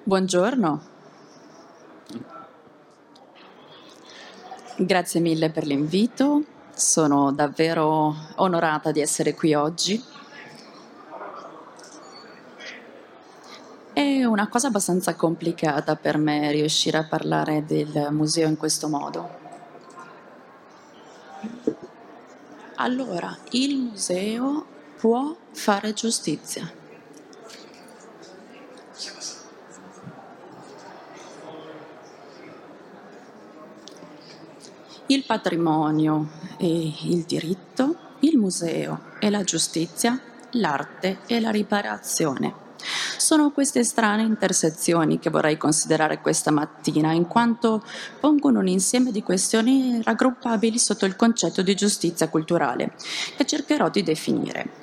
Buongiorno, grazie mille per l'invito, sono davvero onorata di essere qui oggi. È una cosa abbastanza complicata per me riuscire a parlare del museo in questo modo. Allora, il museo può fare giustizia. Il patrimonio e il diritto, il museo e la giustizia, l'arte e la riparazione. Sono queste strane intersezioni che vorrei considerare questa mattina, in quanto pongono un insieme di questioni raggruppabili sotto il concetto di giustizia culturale, che cercherò di definire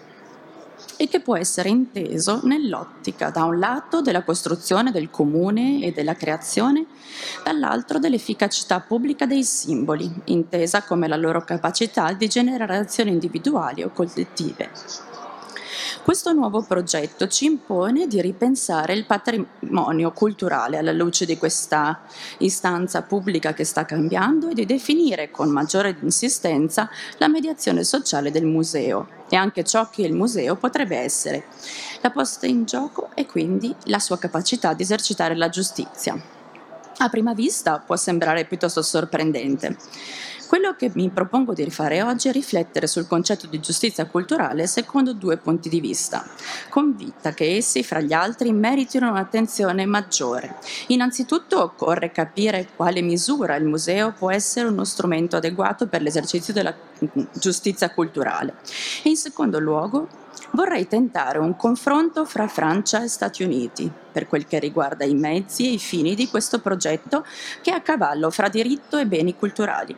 e che può essere inteso nell'ottica, da un lato, della costruzione del comune e della creazione, dall'altro dell'efficacità pubblica dei simboli, intesa come la loro capacità di generare azioni individuali o collettive. Questo nuovo progetto ci impone di ripensare il patrimonio culturale alla luce di questa istanza pubblica che sta cambiando e di definire con maggiore insistenza la mediazione sociale del museo e anche ciò che il museo potrebbe essere, la posta in gioco e quindi la sua capacità di esercitare la giustizia. A prima vista può sembrare piuttosto sorprendente. Quello che mi propongo di rifare oggi è riflettere sul concetto di giustizia culturale secondo due punti di vista, convinta che essi, fra gli altri, meritino un'attenzione maggiore. Innanzitutto occorre capire quale misura il museo può essere uno strumento adeguato per l'esercizio della giustizia culturale. E in secondo luogo, vorrei tentare un confronto fra Francia e Stati Uniti per quel che riguarda i mezzi e i fini di questo progetto che è a cavallo fra diritto e beni culturali.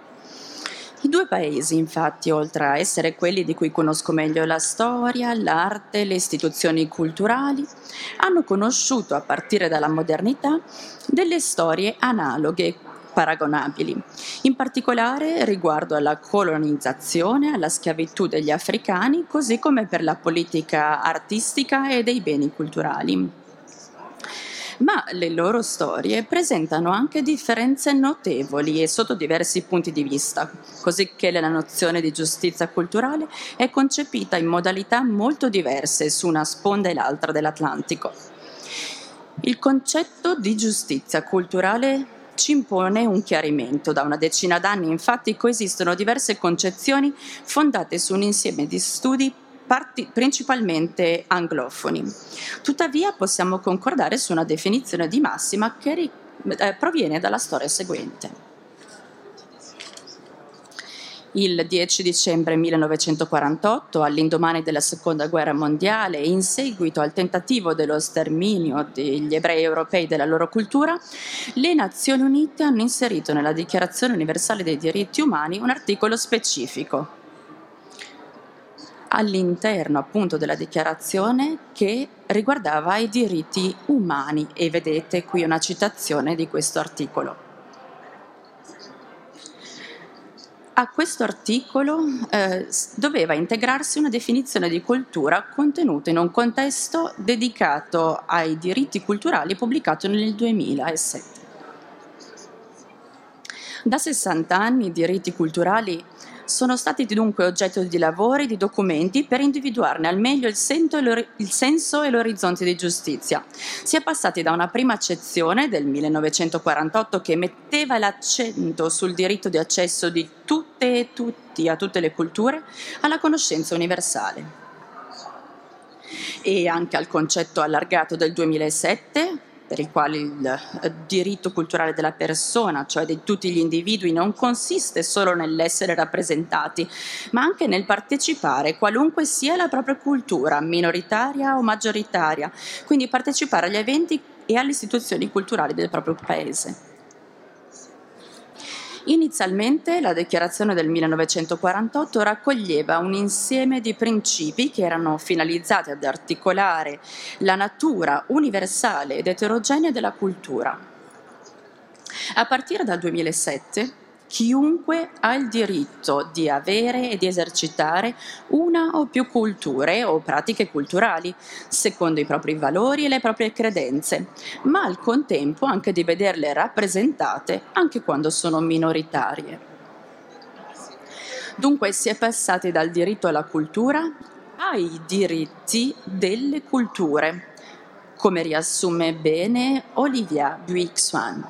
I due paesi, infatti, oltre a essere quelli di cui conosco meglio la storia, l'arte, le istituzioni culturali, hanno conosciuto, a partire dalla modernità, delle storie analoghe, paragonabili, in particolare riguardo alla colonizzazione, alla schiavitù degli africani, così come per la politica artistica e dei beni culturali. Ma le loro storie presentano anche differenze notevoli e sotto diversi punti di vista, così che la nozione di giustizia culturale è concepita in modalità molto diverse su una sponda e l'altra dell'Atlantico. Il concetto di giustizia culturale ci impone un chiarimento. Da una decina d'anni, infatti, coesistono diverse concezioni fondate su un insieme di studi principalmente anglofoni. Tuttavia possiamo concordare su una definizione di massima che proviene dalla storia seguente. Il 10 dicembre 1948, all'indomani della Seconda Guerra Mondiale e in seguito al tentativo dello sterminio degli ebrei europei della loro cultura, le Nazioni Unite hanno inserito nella Dichiarazione Universale dei Diritti Umani un articolo specifico all'interno appunto della dichiarazione che riguardava i diritti umani e vedete qui una citazione di questo articolo. A questo articolo doveva integrarsi una definizione di cultura contenuta in un contesto dedicato ai diritti culturali pubblicato nel 2007. Da 60 anni i diritti culturali sono stati dunque oggetto di lavori e di documenti per individuarne al meglio il senso e l'orizzonte di giustizia. Si è passati da una prima accezione del 1948 che metteva l'accento sul diritto di accesso di tutte e tutti a tutte le culture alla conoscenza universale. E anche al concetto allargato del 2007, per il quale il diritto culturale della persona, cioè di tutti gli individui, non consiste solo nell'essere rappresentati, ma anche nel partecipare, qualunque sia la propria cultura, minoritaria o maggioritaria, quindi partecipare agli eventi e alle istituzioni culturali del proprio paese. Inizialmente la dichiarazione del 1948 raccoglieva un insieme di principi che erano finalizzati ad articolare la natura universale ed eterogenea della cultura. A partire dal 2007 Chiunque ha il diritto di avere e di esercitare una o più culture o pratiche culturali, secondo i propri valori e le proprie credenze, ma al contempo anche di vederle rappresentate anche quando sono minoritarie. Dunque si è passati dal diritto alla cultura ai diritti delle culture, come riassume bene Olivia Buick-Swan.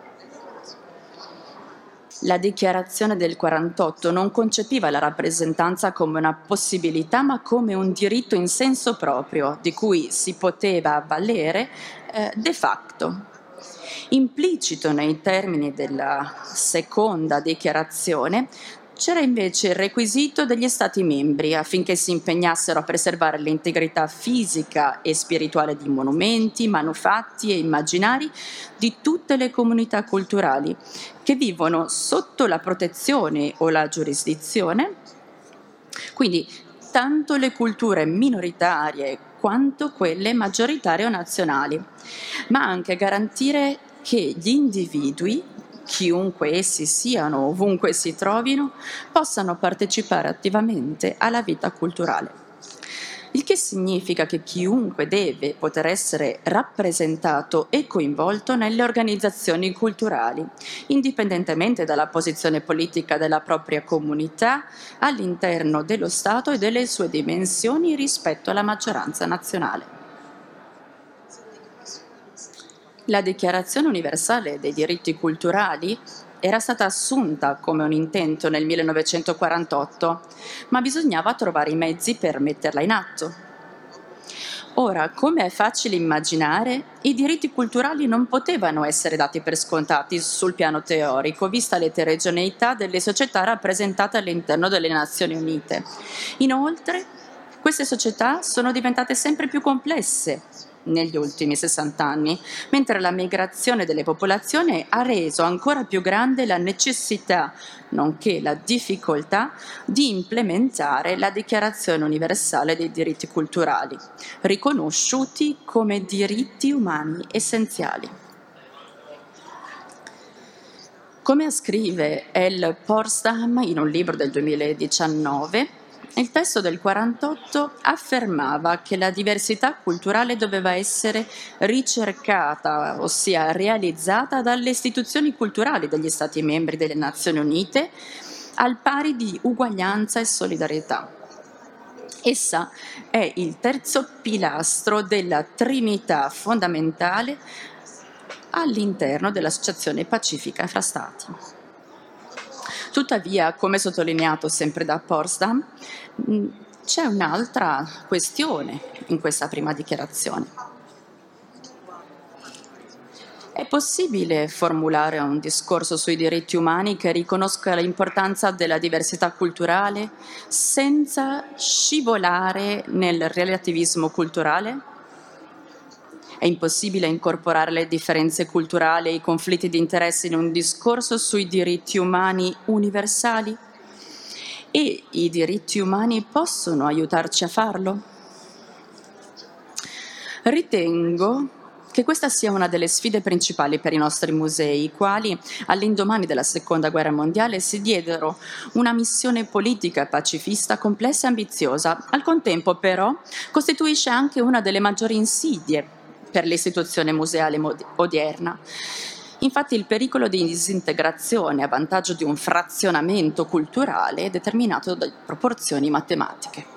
La dichiarazione del 48 non concepiva la rappresentanza come una possibilità, ma come un diritto in senso proprio, di cui si poteva avvalere de facto. Implicito nei termini della seconda dichiarazione c'era invece il requisito degli Stati membri affinché si impegnassero a preservare l'integrità fisica e spirituale di monumenti, manufatti e immaginari di tutte le comunità culturali che vivono sotto la protezione o la giurisdizione, quindi tanto le culture minoritarie quanto quelle maggioritarie o nazionali, ma anche garantire che gli individui, chiunque essi siano, ovunque si trovino, possano partecipare attivamente alla vita culturale. Il che significa che chiunque deve poter essere rappresentato e coinvolto nelle organizzazioni culturali, indipendentemente dalla posizione politica della propria comunità all'interno dello Stato e delle sue dimensioni rispetto alla maggioranza nazionale. La Dichiarazione universale dei diritti culturali era stata assunta come un intento nel 1948, ma bisognava trovare i mezzi per metterla in atto. Ora, come è facile immaginare, i diritti culturali non potevano essere dati per scontati sul piano teorico, vista l'eterogeneità delle società rappresentate all'interno delle Nazioni Unite. Inoltre, queste società sono diventate sempre più complesse negli ultimi 60 anni, mentre la migrazione delle popolazioni ha reso ancora più grande la necessità, nonché la difficoltà, di implementare la Dichiarazione universale dei diritti culturali, riconosciuti come diritti umani essenziali. Come scrive El Porsdam in un libro del 2019, il testo del 48 affermava che la diversità culturale doveva essere ricercata, ossia realizzata dalle istituzioni culturali degli Stati membri delle Nazioni Unite, al pari di uguaglianza e solidarietà. Essa è il terzo pilastro della Trinità fondamentale all'interno dell'Associazione Pacifica fra Stati. Tuttavia, come sottolineato sempre da Potsdam, c'è un'altra questione in questa prima dichiarazione. È possibile formulare un discorso sui diritti umani che riconosca l'importanza della diversità culturale senza scivolare nel relativismo culturale? È impossibile incorporare le differenze culturali e i conflitti di interesse in un discorso sui diritti umani universali? E i diritti umani possono aiutarci a farlo? Ritengo che questa sia una delle sfide principali per i nostri musei, i quali, all'indomani della Seconda Guerra Mondiale, si diedero una missione politica e pacifista complessa e ambiziosa. Al contempo, però, costituisce anche una delle maggiori insidie per l'istituzione museale odierna. Infatti il pericolo di disintegrazione a vantaggio di un frazionamento culturale è determinato da proporzioni matematiche.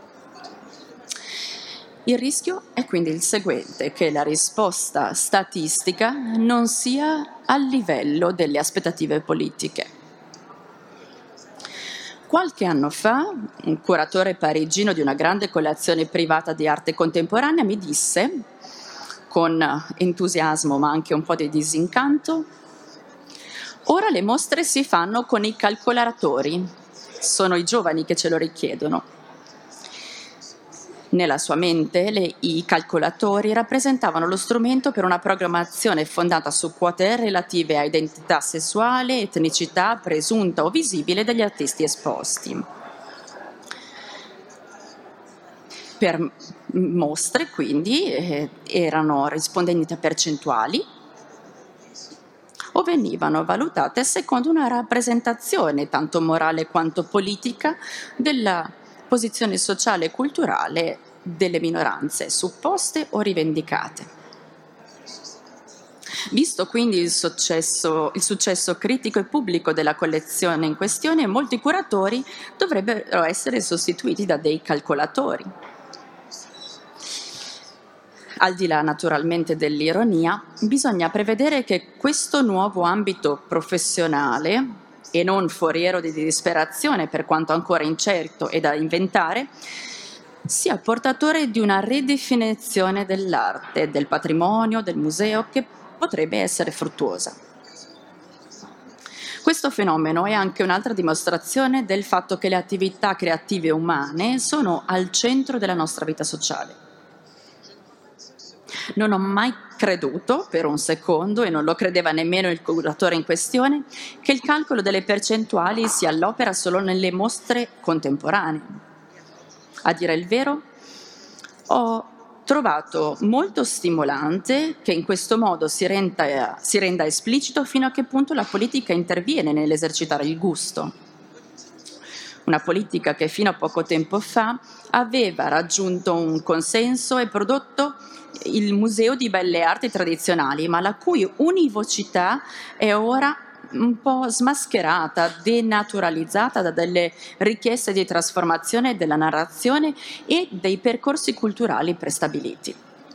Il rischio è quindi il seguente, che la risposta statistica non sia al livello delle aspettative politiche. Qualche anno fa, un curatore parigino di una grande collezione privata di arte contemporanea mi disse, con entusiasmo ma anche un po' di disincanto: ora le mostre si fanno con i calcolatori, sono i giovani che ce lo richiedono. Nella sua mente i calcolatori rappresentavano lo strumento per una programmazione fondata su quote relative a identità sessuale, etnicità presunta o visibile degli artisti esposti. Per mostre, quindi, erano rispondenti a percentuali o venivano valutate secondo una rappresentazione, tanto morale quanto politica, della posizione sociale e culturale delle minoranze, supposte o rivendicate. Visto quindi il successo critico e pubblico della collezione in questione, molti curatori dovrebbero essere sostituiti da dei calcolatori. Al di là naturalmente dell'ironia, bisogna prevedere che questo nuovo ambito professionale, e non foriero di disperazione per quanto ancora incerto e da inventare, sia portatore di una ridefinizione dell'arte, del patrimonio, del museo, che potrebbe essere fruttuosa. Questo fenomeno è anche un'altra dimostrazione del fatto che le attività creative umane sono al centro della nostra vita sociale. Non ho mai creduto per un secondo, e non lo credeva nemmeno il curatore in questione, che il calcolo delle percentuali sia all'opera solo nelle mostre contemporanee. A dire il vero, ho trovato molto stimolante che in questo modo si renda esplicito fino a che punto la politica interviene nell'esercitare il gusto. Una politica che fino a poco tempo fa aveva raggiunto un consenso e prodotto il Museo di Belle Arti Tradizionali, ma la cui univocità è ora un po' smascherata, denaturalizzata da delle richieste di trasformazione della narrazione e dei percorsi culturali prestabiliti.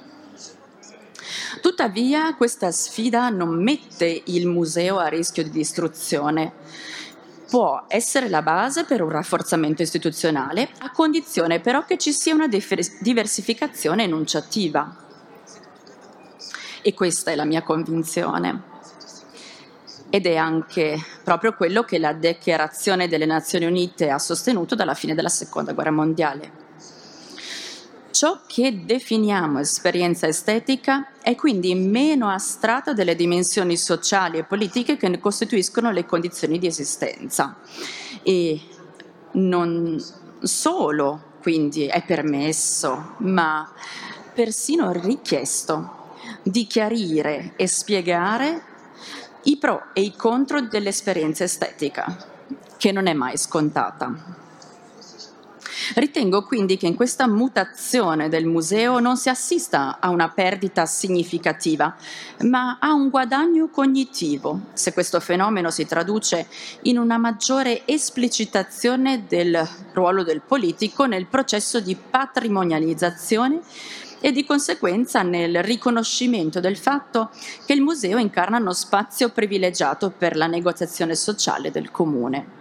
Tuttavia, questa sfida non mette il museo a rischio di distruzione. Può essere la base per un rafforzamento istituzionale, a condizione però che ci sia una diversificazione enunciativa. E questa è la mia convinzione. Ed è anche proprio quello che la Dichiarazione delle Nazioni Unite ha sostenuto dalla fine della Seconda Guerra Mondiale. Ciò che definiamo esperienza estetica è quindi meno astratta delle dimensioni sociali e politiche che ne costituiscono le condizioni di esistenza. E non solo, quindi, è permesso, ma persino richiesto di chiarire e spiegare i pro e i contro dell'esperienza estetica, che non è mai scontata. Ritengo quindi che in questa mutazione del museo non si assista a una perdita significativa, ma a un guadagno cognitivo, se questo fenomeno si traduce in una maggiore esplicitazione del ruolo del politico nel processo di patrimonializzazione e di conseguenza nel riconoscimento del fatto che il museo incarna uno spazio privilegiato per la negoziazione sociale del comune.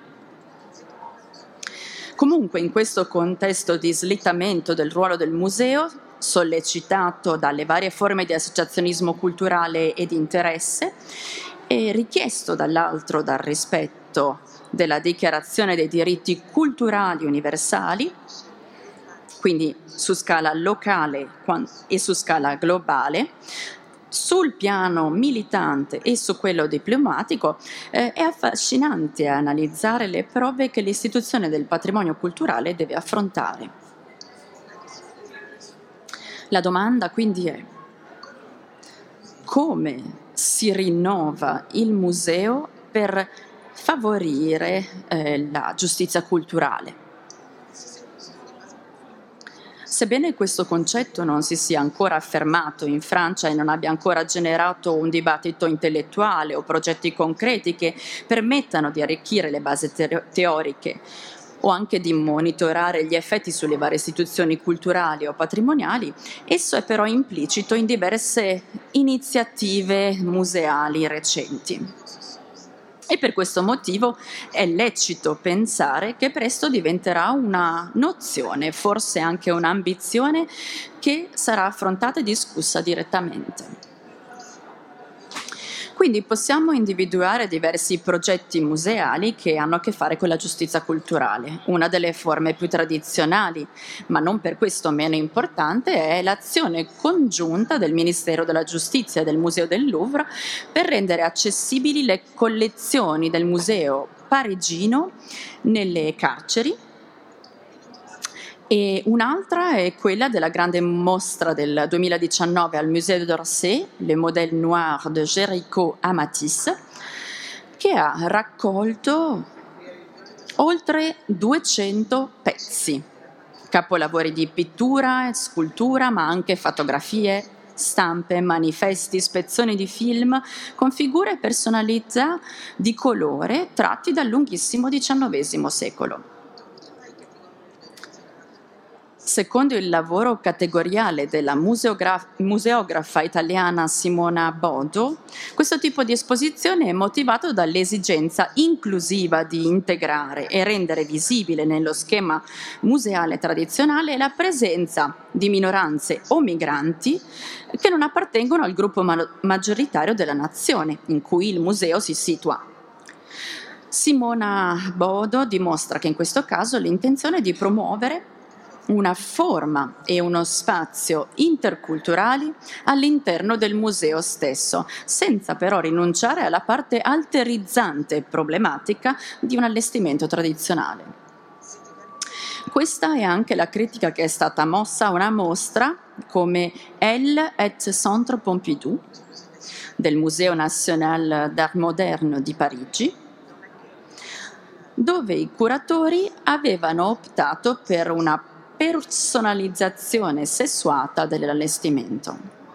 Comunque, in questo contesto di slittamento del ruolo del museo, sollecitato dalle varie forme di associazionismo culturale e di interesse, e richiesto dall'altro dal rispetto della Dichiarazione dei diritti culturali universali, quindi su scala locale e su scala globale, sul piano militante e su quello diplomatico, è affascinante analizzare le prove che l'istituzione del patrimonio culturale deve affrontare. La domanda quindi è: come si rinnova il museo per favorire la giustizia culturale? Sebbene questo concetto non si sia ancora affermato in Francia e non abbia ancora generato un dibattito intellettuale o progetti concreti che permettano di arricchire le basi teoriche o anche di monitorare gli effetti sulle varie istituzioni culturali o patrimoniali, esso è però implicito in diverse iniziative museali recenti. E per questo motivo è lecito pensare che presto diventerà una nozione, forse anche un'ambizione, che sarà affrontata e discussa direttamente. Quindi possiamo individuare diversi progetti museali che hanno a che fare con la giustizia culturale. Una delle forme più tradizionali, ma non per questo meno importante, è l'azione congiunta del Ministero della Giustizia e del Museo del Louvre per rendere accessibili le collezioni del Museo parigino nelle carceri E un'altra è quella della grande mostra del 2019 al Musée d'Orsay, Le Modèle Noir de Géricault à Matisse, che ha raccolto oltre 200 pezzi, capolavori di pittura e scultura, ma anche fotografie, stampe, manifesti, spezzoni di film con figure e personalità di colore tratti dal lunghissimo XIX secolo. Secondo il lavoro categoriale della museografa italiana Simona Bodo, questo tipo di esposizione è motivato dall'esigenza inclusiva di integrare e rendere visibile nello schema museale tradizionale la presenza di minoranze o migranti che non appartengono al gruppo maggioritario della nazione in cui il museo si situa. Simona Bodo dimostra che in questo caso l'intenzione è di promuovere una forma e uno spazio interculturali all'interno del museo stesso, senza però rinunciare alla parte alterizzante e problematica di un allestimento tradizionale. Questa è anche la critica che è stata mossa a una mostra come Elle et Centre Pompidou del Museo National d'Art Moderne di Parigi, dove i curatori avevano optato per una personalizzazione sessuata dell'allestimento.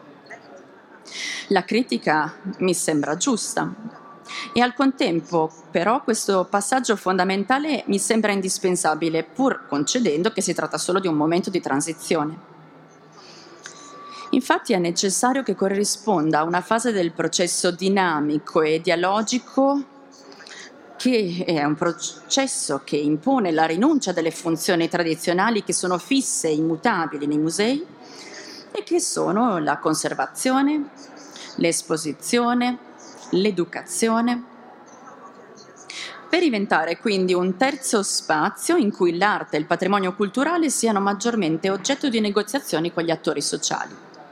La critica mi sembra giusta e al contempo però questo passaggio fondamentale mi sembra indispensabile, pur concedendo che si tratta solo di un momento di transizione. Infatti è necessario che corrisponda a una fase del processo dinamico e dialogico che è un processo che impone la rinuncia delle funzioni tradizionali che sono fisse e immutabili nei musei e che sono la conservazione, l'esposizione, l'educazione, per diventare quindi un terzo spazio in cui l'arte e il patrimonio culturale siano maggiormente oggetto di negoziazioni con gli attori sociali.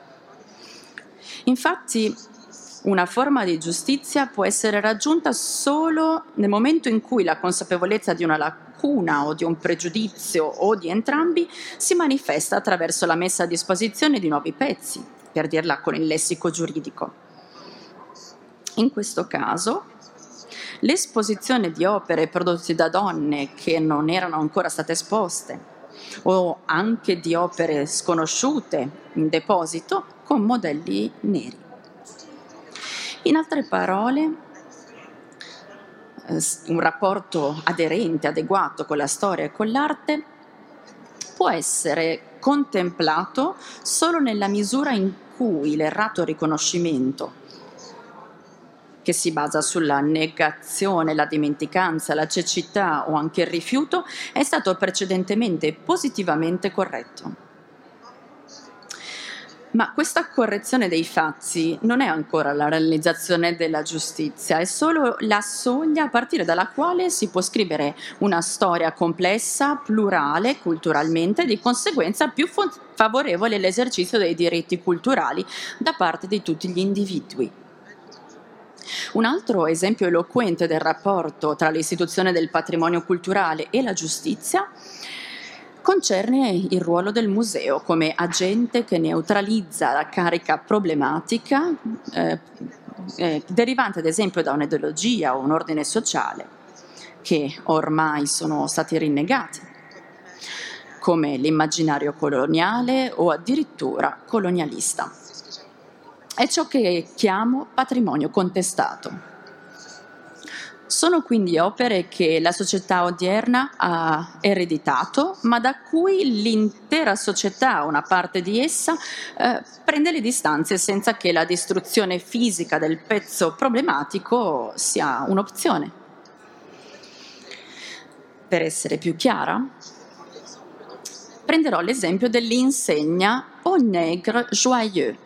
Infatti, una forma di giustizia può essere raggiunta solo nel momento in cui la consapevolezza di una lacuna o di un pregiudizio o di entrambi si manifesta attraverso la messa a disposizione di nuovi pezzi, per dirla con il lessico giuridico. In questo caso, l'esposizione di opere prodotte da donne che non erano ancora state esposte o anche di opere sconosciute in deposito con modelli neri. In altre parole, un rapporto aderente, adeguato con la storia e con l'arte può essere contemplato solo nella misura in cui l'errato riconoscimento, che si basa sulla negazione, la dimenticanza, la cecità o anche il rifiuto, è stato precedentemente positivamente corretto. Ma questa correzione dei fatti non è ancora la realizzazione della giustizia, è solo la soglia a partire dalla quale si può scrivere una storia complessa, plurale culturalmente e di conseguenza più favorevole all'esercizio dei diritti culturali da parte di tutti gli individui. Un altro esempio eloquente del rapporto tra l'istituzione del patrimonio culturale e la giustizia concerne il ruolo del museo come agente che neutralizza la carica problematica derivante ad esempio da un'ideologia o un ordine sociale che ormai sono stati rinnegati, come l'immaginario coloniale o addirittura colonialista. È ciò che chiamo patrimonio contestato. Sono quindi opere che la società odierna ha ereditato, ma da cui l'intera società, una parte di essa, prende le distanze senza che la distruzione fisica del pezzo problematico sia un'opzione. Per essere più chiara, prenderò l'esempio dell'insegna Au Nègre Joyeux.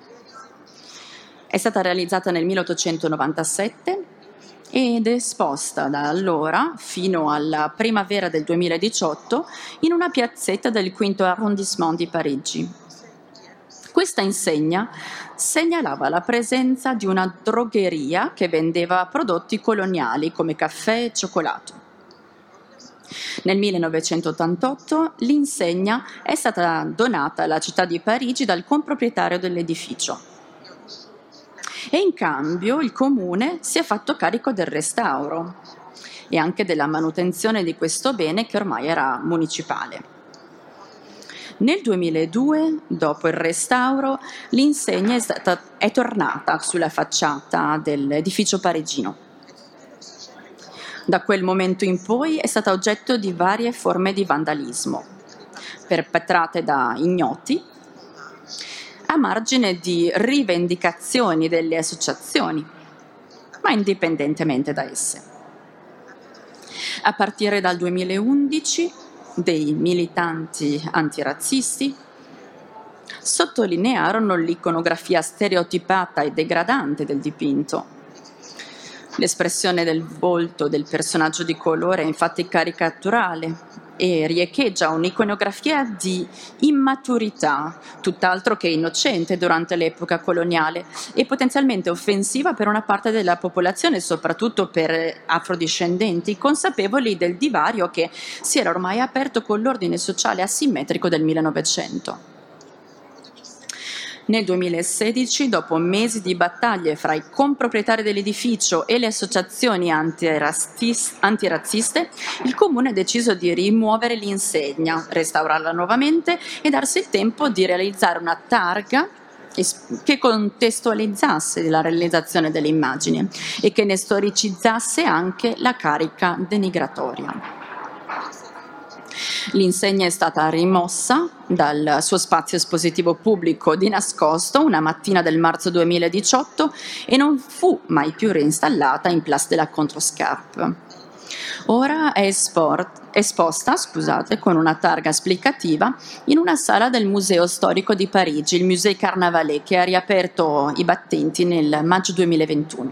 È stata realizzata nel 1897 ed esposta da allora fino alla primavera del 2018 in una piazzetta del V arrondissement di Parigi. Questa insegna segnalava la presenza di una drogheria che vendeva prodotti coloniali come caffè e cioccolato. Nel 1988 l'insegna è stata donata alla città di Parigi dal comproprietario dell'edificio e in cambio il comune si è fatto carico del restauro e anche della manutenzione di questo bene che ormai era municipale. Nel 2002, dopo il restauro, l'insegna è tornata sulla facciata dell'edificio parigino. Da quel momento in poi è stata oggetto di varie forme di vandalismo, perpetrate da ignoti, a margine di rivendicazioni delle associazioni, ma indipendentemente da esse. A partire dal 2011, dei militanti antirazzisti sottolinearono l'iconografia stereotipata e degradante del dipinto. L'espressione del volto del personaggio di colore è infatti caricaturale e riecheggia un'iconografia di immaturità, tutt'altro che innocente durante l'epoca coloniale e potenzialmente offensiva per una parte della popolazione, soprattutto per afrodiscendenti, consapevoli del divario che si era ormai aperto con l'ordine sociale asimmetrico del 1900. Nel 2016, dopo mesi di battaglie fra i comproprietari dell'edificio e le associazioni antirazziste, il comune ha deciso di rimuovere l'insegna, restaurarla nuovamente e darsi il tempo di realizzare una targa che contestualizzasse la realizzazione delle immagini e che ne storicizzasse anche la carica denigratoria. L'insegna è stata rimossa dal suo spazio espositivo pubblico di nascosto una mattina del marzo 2018 e non fu mai più reinstallata in Place de la Contrescarpe. Ora è esposta con una targa esplicativa in una sala del Museo Storico di Parigi, il Musée Carnavalet, che ha riaperto i battenti nel maggio 2021.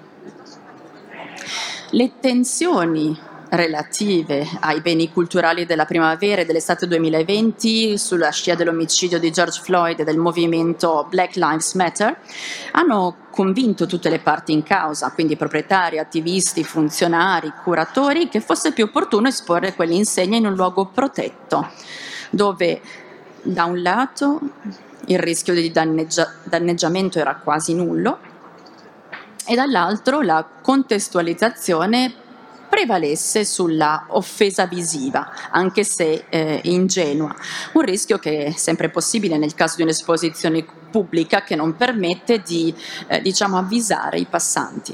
Le tensioni relative ai beni culturali della primavera e dell'estate 2020, sulla scia dell'omicidio di George Floyd e del movimento Black Lives Matter, hanno convinto tutte le parti in causa, quindi proprietari, attivisti, funzionari, curatori, che fosse più opportuno esporre quell'insegna in un luogo protetto, dove da un lato il rischio di danneggiamento era quasi nullo e dall'altro la contestualizzazione prevalesse sulla offesa visiva, anche se ingenua, un rischio che è sempre possibile nel caso di un'esposizione pubblica che non permette di avvisare i passanti.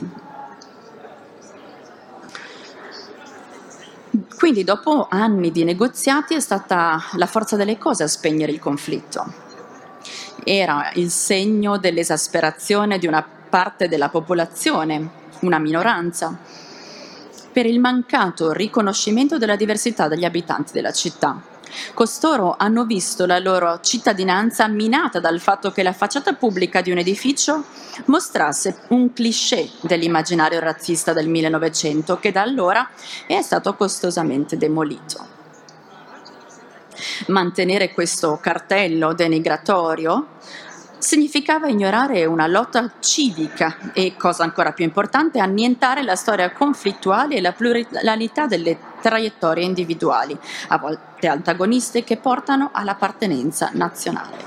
Quindi dopo anni di negoziati è stata la forza delle cose a spegnere il conflitto. Era il segno dell'esasperazione di una parte della popolazione, una minoranza, per il mancato riconoscimento della diversità degli abitanti della città. Costoro hanno visto la loro cittadinanza minata dal fatto che la facciata pubblica di un edificio mostrasse un cliché dell'immaginario razzista del 1900 che da allora è stato costosamente demolito. Mantenere questo cartello denigratorio significava ignorare una lotta civica e, cosa ancora più importante, annientare la storia conflittuale e la pluralità delle traiettorie individuali, a volte antagoniste, che portano all'appartenenza nazionale.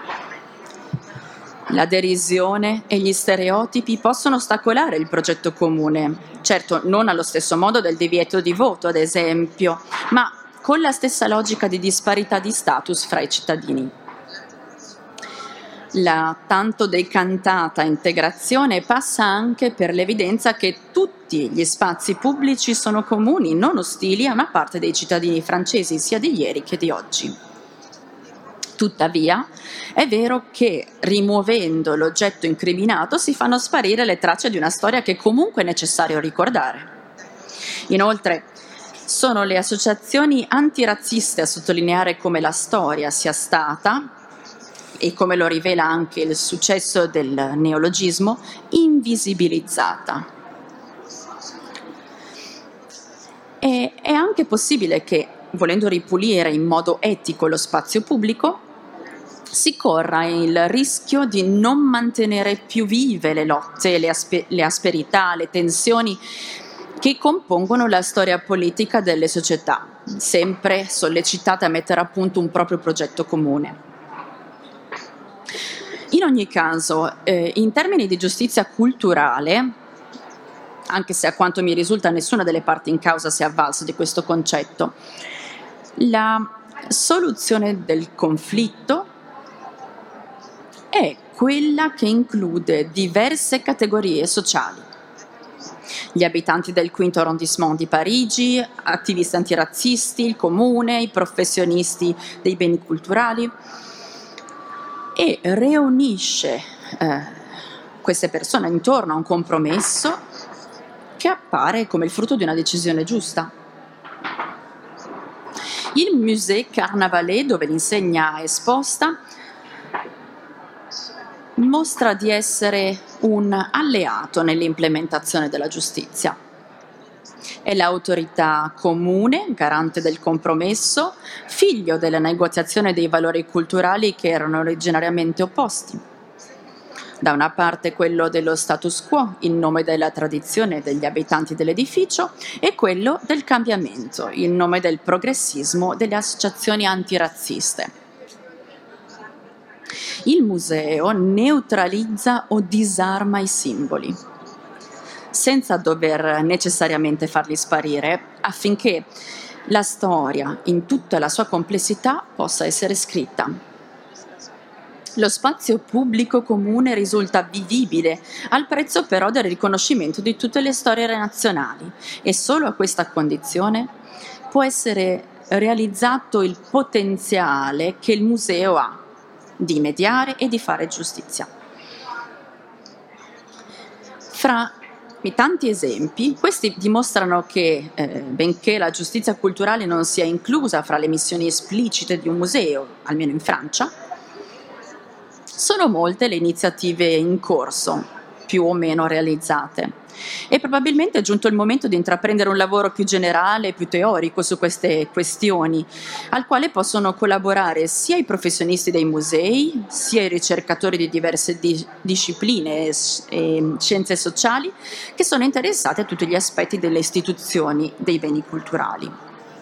La derisione e gli stereotipi possono ostacolare il progetto comune, certo non allo stesso modo del divieto di voto, ad esempio, ma con la stessa logica di disparità di status fra i cittadini. La tanto decantata integrazione passa anche per l'evidenza che tutti gli spazi pubblici sono comuni, non ostili a una parte dei cittadini francesi, sia di ieri che di oggi. Tuttavia, è vero che rimuovendo l'oggetto incriminato si fanno sparire le tracce di una storia che comunque è necessario ricordare. Inoltre, sono le associazioni antirazziste a sottolineare come la storia sia stata, e come lo rivela anche il successo del neologismo, invisibilizzata. E è anche possibile che, volendo ripulire in modo etico lo spazio pubblico, si corra il rischio di non mantenere più vive le lotte, le asperità, le tensioni che compongono la storia politica delle società, sempre sollecitate a mettere a punto un proprio progetto comune. In ogni caso, in termini di giustizia culturale, anche se a quanto mi risulta nessuna delle parti in causa si è avvalsa di questo concetto, la soluzione del conflitto è quella che include diverse categorie sociali. Gli abitanti del quinto arrondissement di Parigi, attivisti antirazzisti, il comune, i professionisti dei beni culturali, e riunisce queste persone intorno a un compromesso che appare come il frutto di una decisione giusta. Il Musée Carnavalet, dove l'insegna è esposta, mostra di essere un alleato nell'implementazione della giustizia. È l'autorità comune, garante del compromesso, figlio della negoziazione dei valori culturali che erano originariamente opposti. Da una parte quello dello status quo, in nome della tradizione degli abitanti dell'edificio, e quello del cambiamento, in nome del progressismo delle associazioni antirazziste. Il museo neutralizza o disarma i simboli, senza dover necessariamente farli sparire, affinché la storia, in tutta la sua complessità, possa essere scritta. Lo spazio pubblico comune risulta vivibile, al prezzo però del riconoscimento di tutte le storie nazionali, e solo a questa condizione può essere realizzato il potenziale che il museo ha di mediare e di fare giustizia. Fra i tanti esempi, questi dimostrano che, benché la giustizia culturale non sia inclusa fra le missioni esplicite di un museo, almeno in Francia, sono molte le iniziative in corso, più o meno realizzate, e probabilmente è giunto il momento di intraprendere un lavoro più generale e più teorico su queste questioni, al quale possono collaborare sia i professionisti dei musei, sia i ricercatori di diverse discipline e scienze sociali che sono interessati a tutti gli aspetti delle istituzioni dei beni culturali.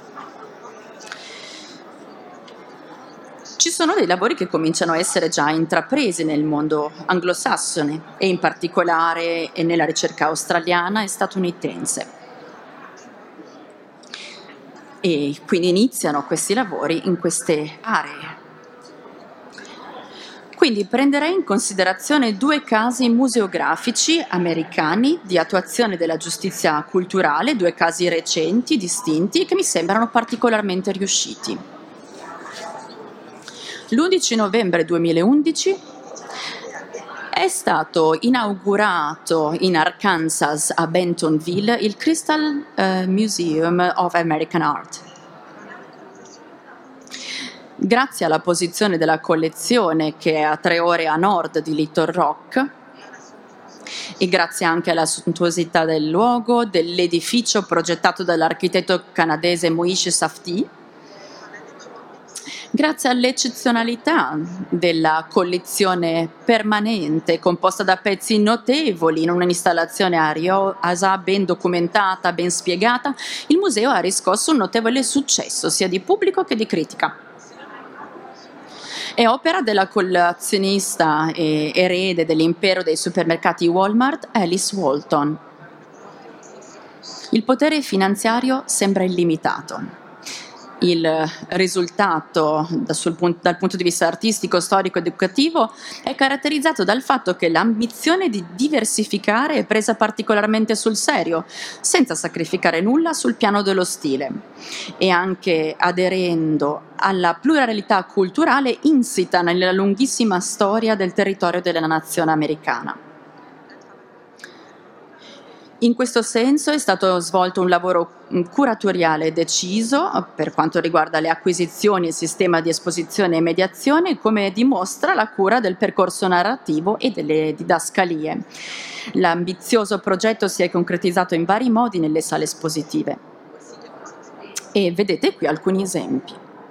Ci sono dei lavori che cominciano a essere già intrapresi nel mondo anglosassone e in particolare nella ricerca australiana e statunitense. E quindi iniziano questi lavori in queste aree. Quindi prenderei in considerazione 2 casi museografici americani di attuazione della giustizia culturale, 2 casi recenti, distinti, che mi sembrano particolarmente riusciti. L'11 novembre 2011 è stato inaugurato in Arkansas, a Bentonville, il Crystal Museum of American Art. Grazie alla posizione della collezione, che è a 3 ore a nord di Little Rock, e grazie anche alla sontuosità del luogo, dell'edificio progettato dall'architetto canadese Moïse Safdie, grazie all'eccezionalità della collezione permanente, composta da pezzi notevoli in un'installazione ariosa, ben documentata, ben spiegata, il museo ha riscosso un notevole successo sia di pubblico che di critica. È opera della collezionista e erede dell'impero dei supermercati Walmart, Alice Walton. Il potere finanziario sembra illimitato. Il risultato dal punto di vista artistico, storico ed educativo è caratterizzato dal fatto che l'ambizione di diversificare è presa particolarmente sul serio, senza sacrificare nulla sul piano dello stile, e anche aderendo alla pluralità culturale insita nella lunghissima storia del territorio della nazione americana. In questo senso è stato svolto un lavoro curatoriale deciso per quanto riguarda le acquisizioni, il sistema di esposizione e mediazione, come dimostra la cura del percorso narrativo e delle didascalie. L'ambizioso progetto si è concretizzato in vari modi nelle sale espositive. E vedete qui alcuni esempi.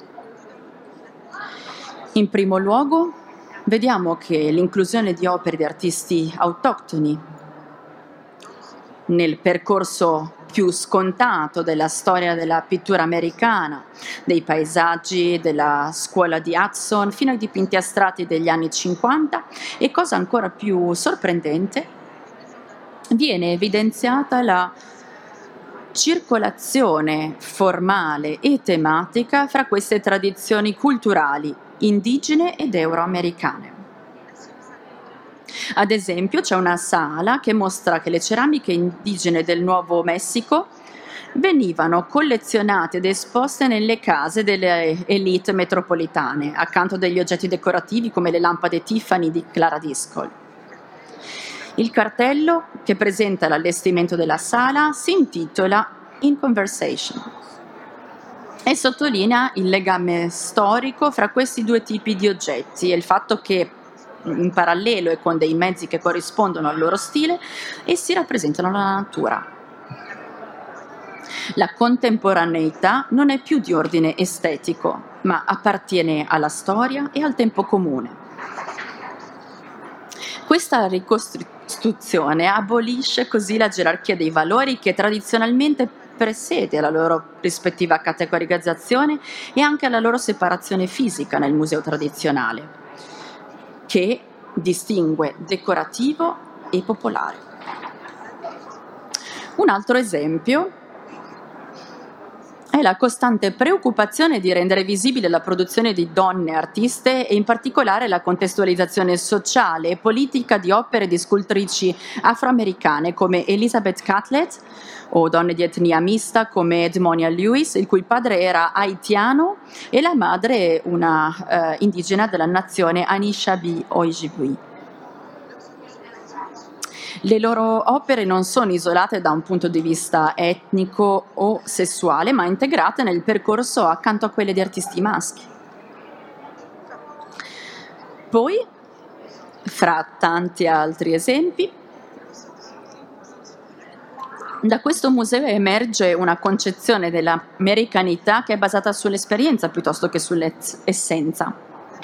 In primo luogo, vediamo che l'inclusione di opere di artisti autoctoni nel percorso più scontato della storia della pittura americana, dei paesaggi della scuola di Hudson fino ai dipinti astratti degli anni 50 e, cosa ancora più sorprendente, viene evidenziata la circolazione formale e tematica fra queste tradizioni culturali indigene ed euroamericane. Ad esempio, c'è una sala che mostra che le ceramiche indigene del Nuovo Messico venivano collezionate ed esposte nelle case delle elite metropolitane, accanto degli oggetti decorativi come le lampade Tiffany di Clara Discol. Il cartello che presenta l'allestimento della sala si intitola In Conversation e sottolinea il legame storico fra questi due tipi di oggetti e il fatto che in parallelo e con dei mezzi che corrispondono al loro stile, essi rappresentano la natura. La contemporaneità non è più di ordine estetico, ma appartiene alla storia e al tempo comune. Questa ricostruzione abolisce così la gerarchia dei valori che tradizionalmente presiede alla loro rispettiva categorizzazione e anche alla loro separazione fisica nel museo tradizionale, che distingue decorativo e popolare. Un altro esempio è la costante preoccupazione di rendere visibile la produzione di donne artiste e in particolare la contestualizzazione sociale e politica di opere di scultrici afroamericane come Elizabeth Catlett o donne di etnia mista come Edmonia Lewis, il cui padre era haitiano e la madre una indigena della nazione Anishinaabe Ojibwe. Le loro opere non sono isolate da un punto di vista etnico o sessuale, ma integrate nel percorso accanto a quelle di artisti maschi. Poi, fra tanti altri esempi, da questo museo emerge una concezione dell'americanità che è basata sull'esperienza piuttosto che sull'essenza.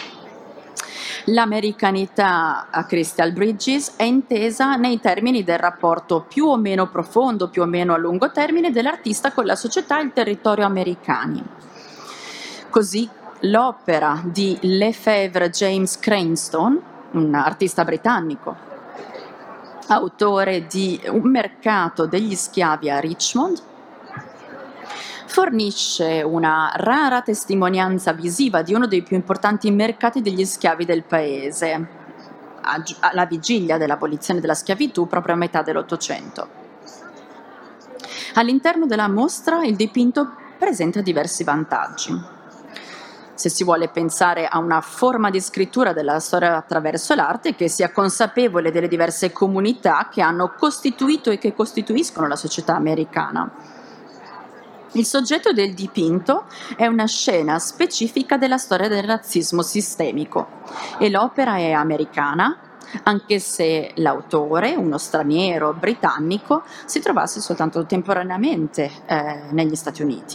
L'americanità a Crystal Bridges è intesa nei termini del rapporto più o meno profondo, più o meno a lungo termine dell'artista con la società e il territorio americani. Così l'opera di Lefebvre James Cranstoun, un artista britannico, autore di Un mercato degli schiavi a Richmond, fornisce una rara testimonianza visiva di uno dei più importanti mercati degli schiavi del paese, alla vigilia dell'abolizione della schiavitù proprio a metà dell'Ottocento. All'interno della mostra il dipinto presenta diversi vantaggi. Se si vuole pensare a una forma di scrittura della storia attraverso l'arte che sia consapevole delle diverse comunità che hanno costituito e che costituiscono la società americana. Il soggetto del dipinto è una scena specifica della storia del razzismo sistemico e l'opera è americana, anche se l'autore, uno straniero britannico, si trovasse soltanto temporaneamente negli Stati Uniti.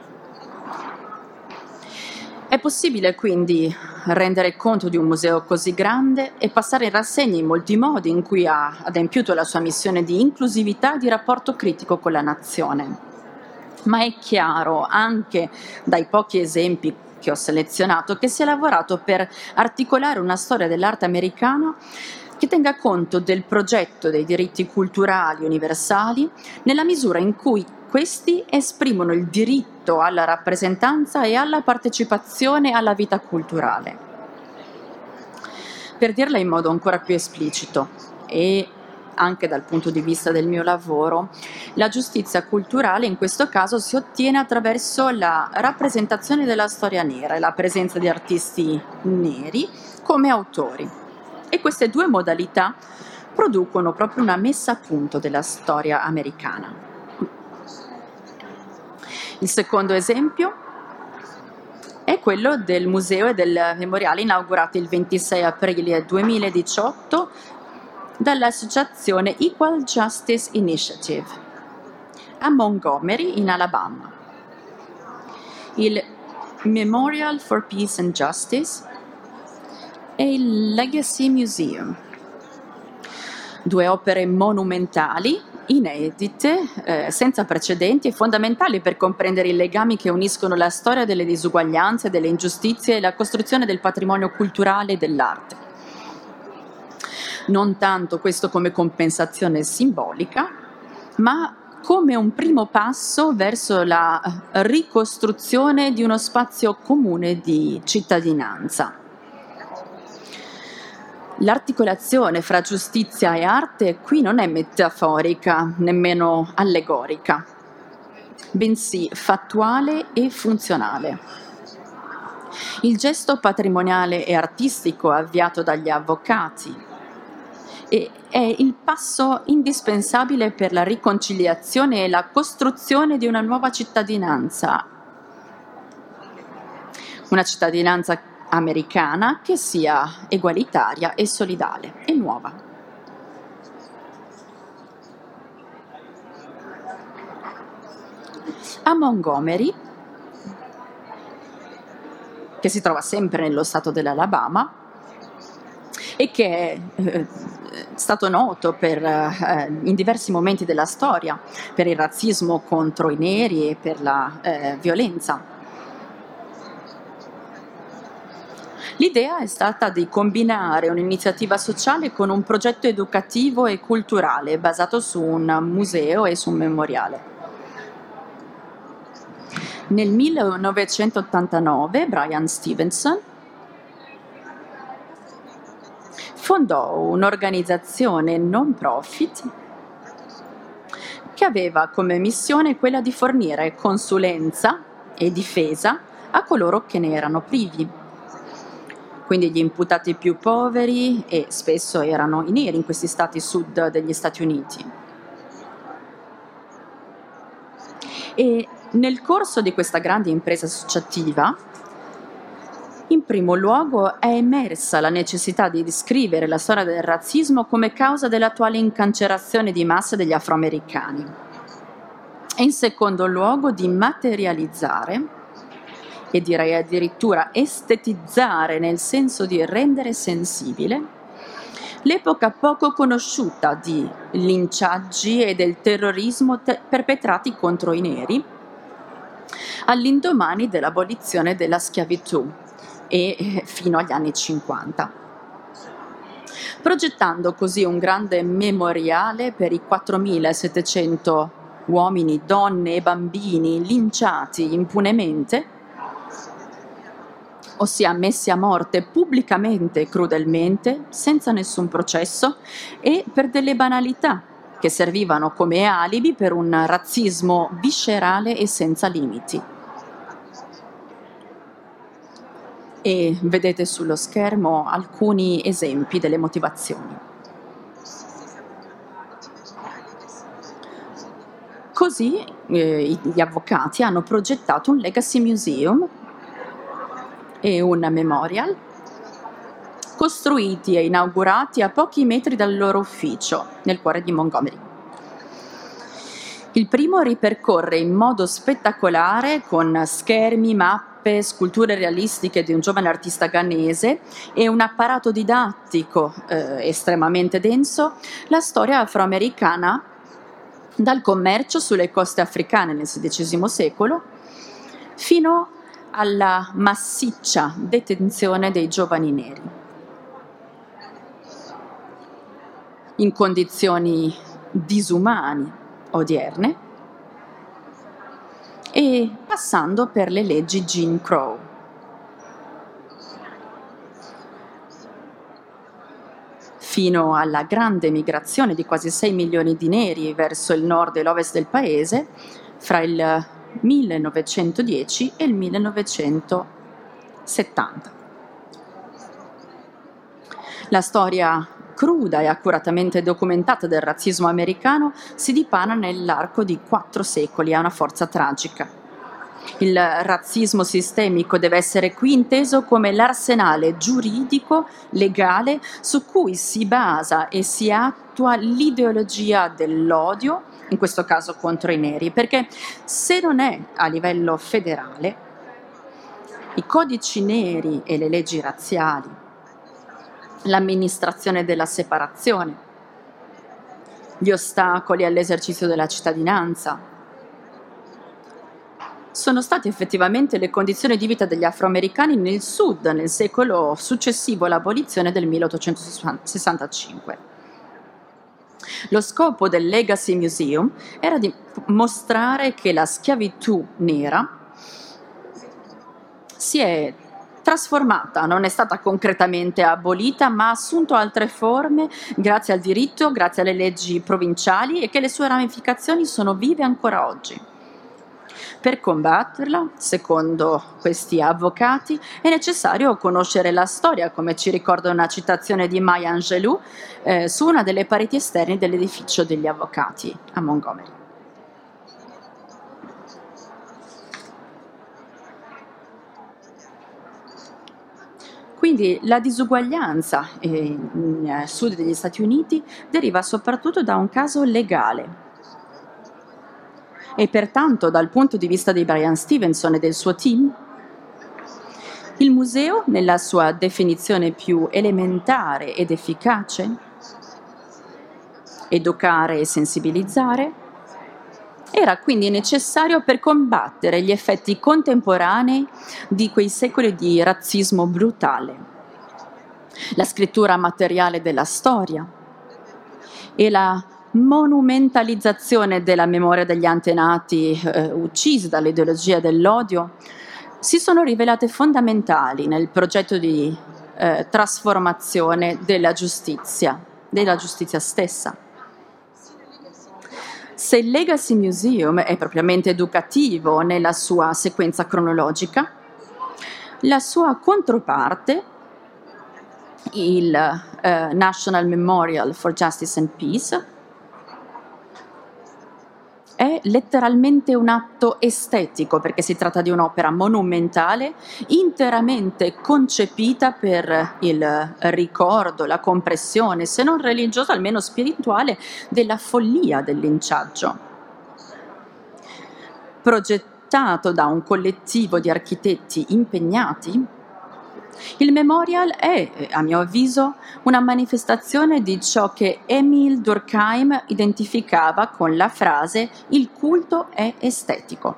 È possibile quindi rendere conto di un museo così grande e passare in rassegna i molti modi in cui ha adempiuto la sua missione di inclusività e di rapporto critico con la nazione. Ma è chiaro, anche dai pochi esempi che ho selezionato, che si è lavorato per articolare una storia dell'arte americana che tenga conto del progetto dei diritti culturali universali nella misura in cui questi esprimono il diritto alla rappresentanza e alla partecipazione alla vita culturale. Per dirla in modo ancora più esplicito e anche dal punto di vista del mio lavoro, la giustizia culturale in questo caso si ottiene attraverso la rappresentazione della storia nera e la presenza di artisti neri come autori. E queste due modalità producono proprio una messa a punto della storia americana. Il secondo esempio è quello del museo e del memoriale inaugurati il 26 aprile 2018 dall'associazione Equal Justice Initiative a Montgomery in Alabama. Il Memorial for Peace and Justice e il Legacy Museum, due opere monumentali inedite, senza precedenti e fondamentali per comprendere i legami che uniscono la storia delle disuguaglianze, delle ingiustizie e la costruzione del patrimonio culturale e dell'arte. Non tanto questo come compensazione simbolica, ma come un primo passo verso la ricostruzione di uno spazio comune di cittadinanza. L'articolazione fra giustizia e arte qui non è metaforica, nemmeno allegorica, bensì fattuale e funzionale. Il gesto patrimoniale e artistico avviato dagli avvocati è il passo indispensabile per la riconciliazione e la costruzione di una nuova cittadinanza. Una cittadinanza americana che sia egualitaria e solidale e nuova. A Montgomery, che si trova sempre nello stato dell'Alabama e che è stato noto in diversi momenti della storia per il razzismo contro i neri e per la violenza. L'idea è stata di combinare un'iniziativa sociale con un progetto educativo e culturale basato su un museo e su un memoriale. Nel 1989 Brian Stevenson fondò un'organizzazione non profit che aveva come missione quella di fornire consulenza e difesa a coloro che ne erano privi. Quindi gli imputati più poveri, e spesso erano i neri in questi stati sud degli Stati Uniti. E nel corso di questa grande impresa associativa, in primo luogo è emersa la necessità di descrivere la storia del razzismo come causa dell'attuale incarcerazione di massa degli afroamericani. E in secondo luogo di materializzare e direi addirittura estetizzare, nel senso di rendere sensibile, l'epoca poco conosciuta di linciaggi e del terrorismo perpetrati contro i neri all'indomani dell'abolizione della schiavitù e fino agli anni 50. Progettando così un grande memoriale per i 4.700 uomini, donne e bambini linciati impunemente, ossia messi a morte pubblicamente e crudelmente, senza nessun processo e per delle banalità che servivano come alibi per un razzismo viscerale e senza limiti. E vedete sullo schermo alcuni esempi delle motivazioni. Così gli avvocati hanno progettato un Legacy Museum e un memorial, costruiti e inaugurati a pochi metri dal loro ufficio, nel cuore di Montgomery. Il primo ripercorre in modo spettacolare, con schermi, mappe, sculture realistiche di un giovane artista ghanese e un apparato didattico estremamente denso, la storia afroamericana dal commercio sulle coste africane nel XVI secolo fino alla massiccia detenzione dei giovani neri in condizioni disumane odierne e passando per le leggi Jim Crow. Fino alla grande migrazione di quasi 6 milioni di neri verso il nord e l'ovest del paese fra il 1910 e il 1970. La storia cruda e accuratamente documentata del razzismo americano si dipana nell'arco di 4 secoli a una forza tragica. Il razzismo sistemico deve essere qui inteso come l'arsenale giuridico, legale, su cui si basa e si attua l'ideologia dell'odio, in questo caso contro i neri, perché se non è a livello federale, i codici neri e le leggi razziali, l'amministrazione della separazione, gli ostacoli all'esercizio della cittadinanza. Sono state effettivamente le condizioni di vita degli afroamericani nel sud nel secolo successivo all'abolizione del 1865. Lo scopo del Legacy Museum era di mostrare che la schiavitù nera si è trasformata, non è stata concretamente abolita, ma ha assunto altre forme grazie al diritto, grazie alle leggi provinciali e che le sue ramificazioni sono vive ancora oggi. Per combatterla, secondo questi avvocati, è necessario conoscere la storia, come ci ricorda una citazione di Maya Angelou su una delle pareti esterne dell'edificio degli avvocati a Montgomery. Quindi la disuguaglianza nel sud degli Stati Uniti deriva soprattutto da un caso legale e pertanto dal punto di vista di Brian Stevenson e del suo team, il museo, nella sua definizione più elementare ed efficace, educare e sensibilizzare, era quindi necessario per combattere gli effetti contemporanei di quei secoli di razzismo brutale. La scrittura materiale della storia e la monumentalizzazione della memoria degli antenati uccisi dall'ideologia dell'odio si sono rivelate fondamentali nel progetto di trasformazione della giustizia stessa. Se il Legacy Museum è propriamente educativo nella sua sequenza cronologica, la sua controparte, il National Memorial for Justice and Peace, è letteralmente un atto estetico, perché si tratta di un'opera monumentale interamente concepita per il ricordo, la compressione, se non religiosa almeno spirituale, della follia del linciaggio. Progettato da un collettivo di architetti impegnati, il Memorial è, a mio avviso, una manifestazione di ciò che Émile Durkheim identificava con la frase «il culto è estetico».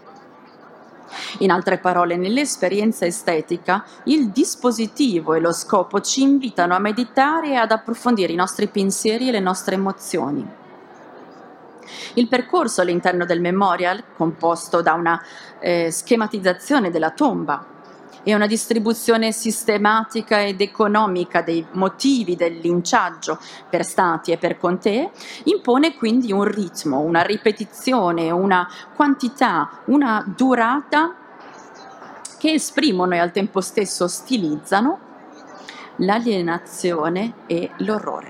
In altre parole, nell'esperienza estetica, il dispositivo e lo scopo ci invitano a meditare e ad approfondire i nostri pensieri e le nostre emozioni. Il percorso all'interno del Memorial, composto da una schematizzazione della tomba, e una distribuzione sistematica ed economica dei motivi del linciaggio per stati e per contee, impone quindi un ritmo, una ripetizione, una quantità, una durata che esprimono e al tempo stesso stilizzano l'alienazione e l'orrore.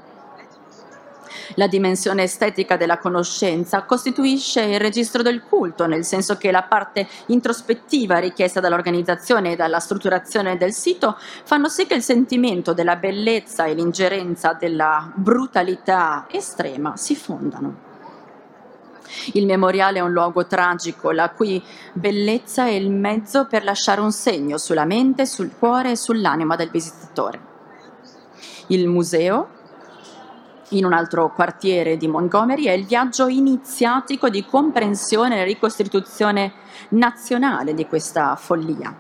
La dimensione estetica della conoscenza costituisce il registro del culto, nel senso che la parte introspettiva richiesta dall'organizzazione e dalla strutturazione del sito fanno sì che il sentimento della bellezza e l'ingerenza della brutalità estrema si fondano. Il memoriale è un luogo tragico, la cui bellezza è il mezzo per lasciare un segno sulla mente, sul cuore e sull'anima del visitatore. Il museo, in un altro quartiere di Montgomery, è il viaggio iniziatico di comprensione e ricostituzione nazionale di questa follia.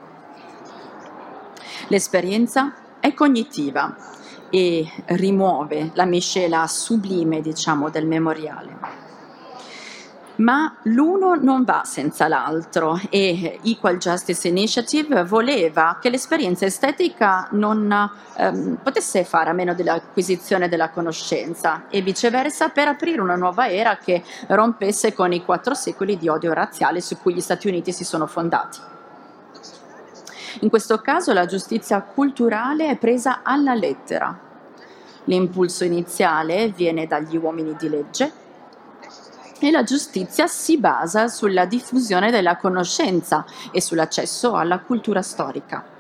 L'esperienza è cognitiva e rimuove la miscela sublime, del memoriale. Ma l'uno non va senza l'altro e Equal Justice Initiative voleva che l'esperienza estetica non potesse fare a meno dell'acquisizione della conoscenza e viceversa, per aprire una nuova era che rompesse con i 4 secoli di odio razziale su cui gli Stati Uniti si sono fondati. In questo caso la giustizia culturale è presa alla lettera. L'impulso iniziale viene dagli uomini di legge e la giustizia si basa sulla diffusione della conoscenza e sull'accesso alla cultura storica.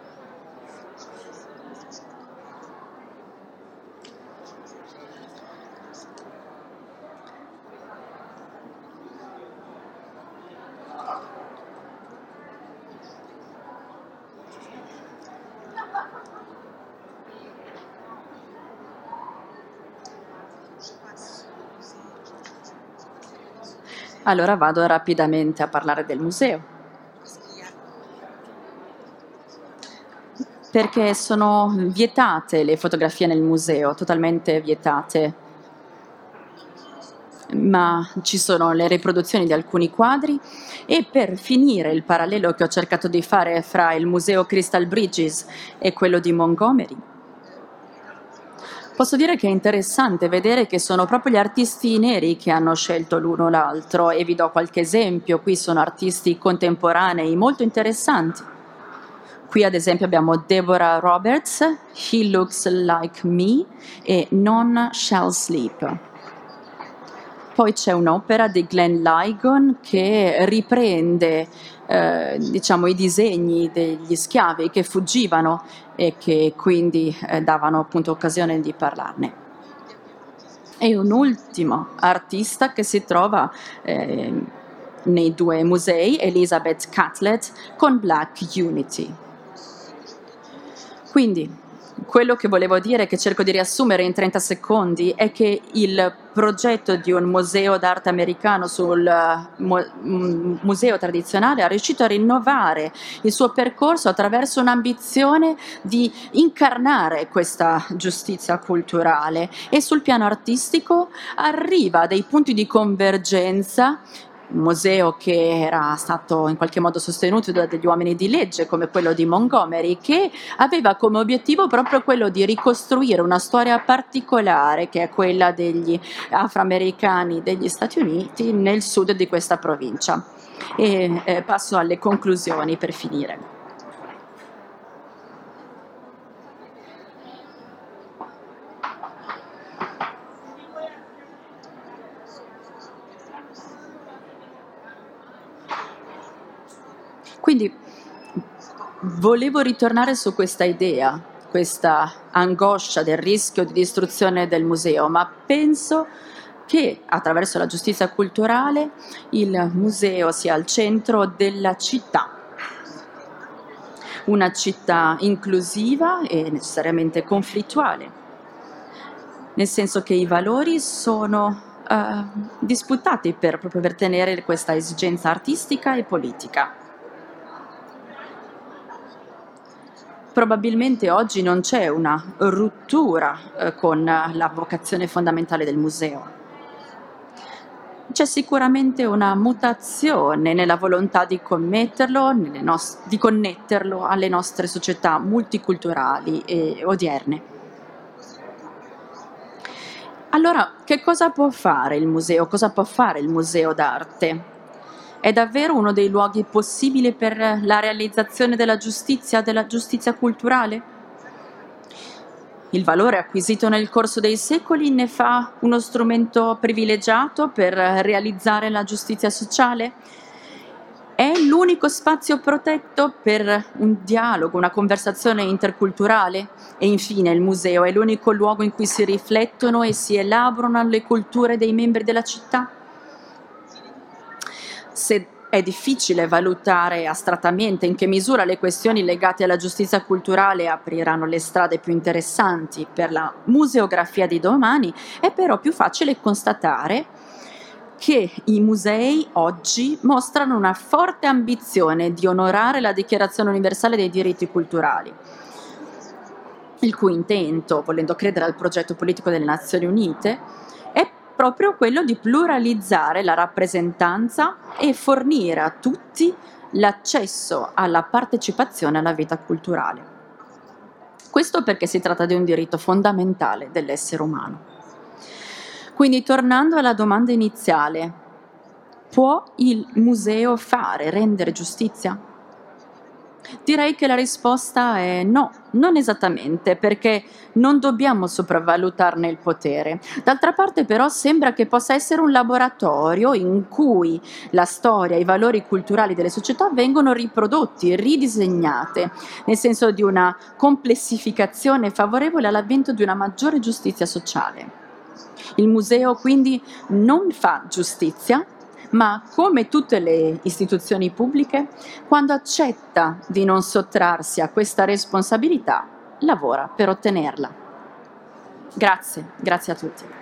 Allora vado rapidamente a parlare del museo, perché sono vietate le fotografie nel museo, totalmente vietate, ma ci sono le riproduzioni di alcuni quadri e per finire il parallelo che ho cercato di fare fra il museo Crystal Bridges e quello di Montgomery, posso dire che è interessante vedere che sono proprio gli artisti neri che hanno scelto l'uno o l'altro e vi do qualche esempio, qui sono artisti contemporanei molto interessanti. Qui ad esempio abbiamo Deborah Roberts, He Looks Like Me e None Shall Sleep. Poi c'è un'opera di Glenn Ligon che riprende diciamo, i disegni degli schiavi che fuggivano e che quindi davano appunto occasione di parlarne. E un ultimo artista che si trova nei due musei, Elizabeth Catlett con Black Unity. Quindi quello che volevo dire, che cerco di riassumere in 30 secondi, è che il progetto di un museo d'arte americano sul museo tradizionale ha riuscito a rinnovare il suo percorso attraverso un'ambizione di incarnare questa giustizia culturale e sul piano artistico arriva a dei punti di convergenza. Un museo che era stato in qualche modo sostenuto da degli uomini di legge come quello di Montgomery, che aveva come obiettivo proprio quello di ricostruire una storia particolare che è quella degli afroamericani degli Stati Uniti nel sud di questa provincia. E passo alle conclusioni per finire. Quindi volevo ritornare su questa idea, questa angoscia del rischio di distruzione del museo, ma penso che attraverso la giustizia culturale il museo sia al centro della città, una città inclusiva e necessariamente conflittuale, nel senso che i valori sono disputati proprio per tenere questa esigenza artistica e politica. Probabilmente oggi non c'è una rottura con la vocazione fondamentale del museo. C'è sicuramente una mutazione nella volontà di di connetterlo alle nostre società multiculturali e odierne. Allora, che cosa può fare il museo? Cosa può fare il museo d'arte? È davvero uno dei luoghi possibili per la realizzazione della giustizia culturale? Il valore acquisito nel corso dei secoli ne fa uno strumento privilegiato per realizzare la giustizia sociale? È l'unico spazio protetto per un dialogo, una conversazione interculturale? E infine il museo è l'unico luogo in cui si riflettono e si elaborano le culture dei membri della città? Se è difficile valutare astrattamente in che misura le questioni legate alla giustizia culturale apriranno le strade più interessanti per la museografia di domani, è però più facile constatare che i musei oggi mostrano una forte ambizione di onorare la Dichiarazione universale dei diritti culturali, il cui intento, volendo credere al progetto politico delle Nazioni Unite, è proprio quello di pluralizzare la rappresentanza e fornire a tutti l'accesso alla partecipazione alla vita culturale. Questo perché si tratta di un diritto fondamentale dell'essere umano. Quindi, tornando alla domanda iniziale, può il museo rendere giustizia? Direi che la risposta è no, non esattamente, perché non dobbiamo sopravvalutarne il potere. D'altra parte però sembra che possa essere un laboratorio in cui la storia e i valori culturali delle società vengono riprodotti, ridisegnate, nel senso di una complessificazione favorevole all'avvento di una maggiore giustizia sociale. Il museo quindi non fa giustizia, ma come tutte le istituzioni pubbliche, quando accetta di non sottrarsi a questa responsabilità, lavora per ottenerla. Grazie a tutti.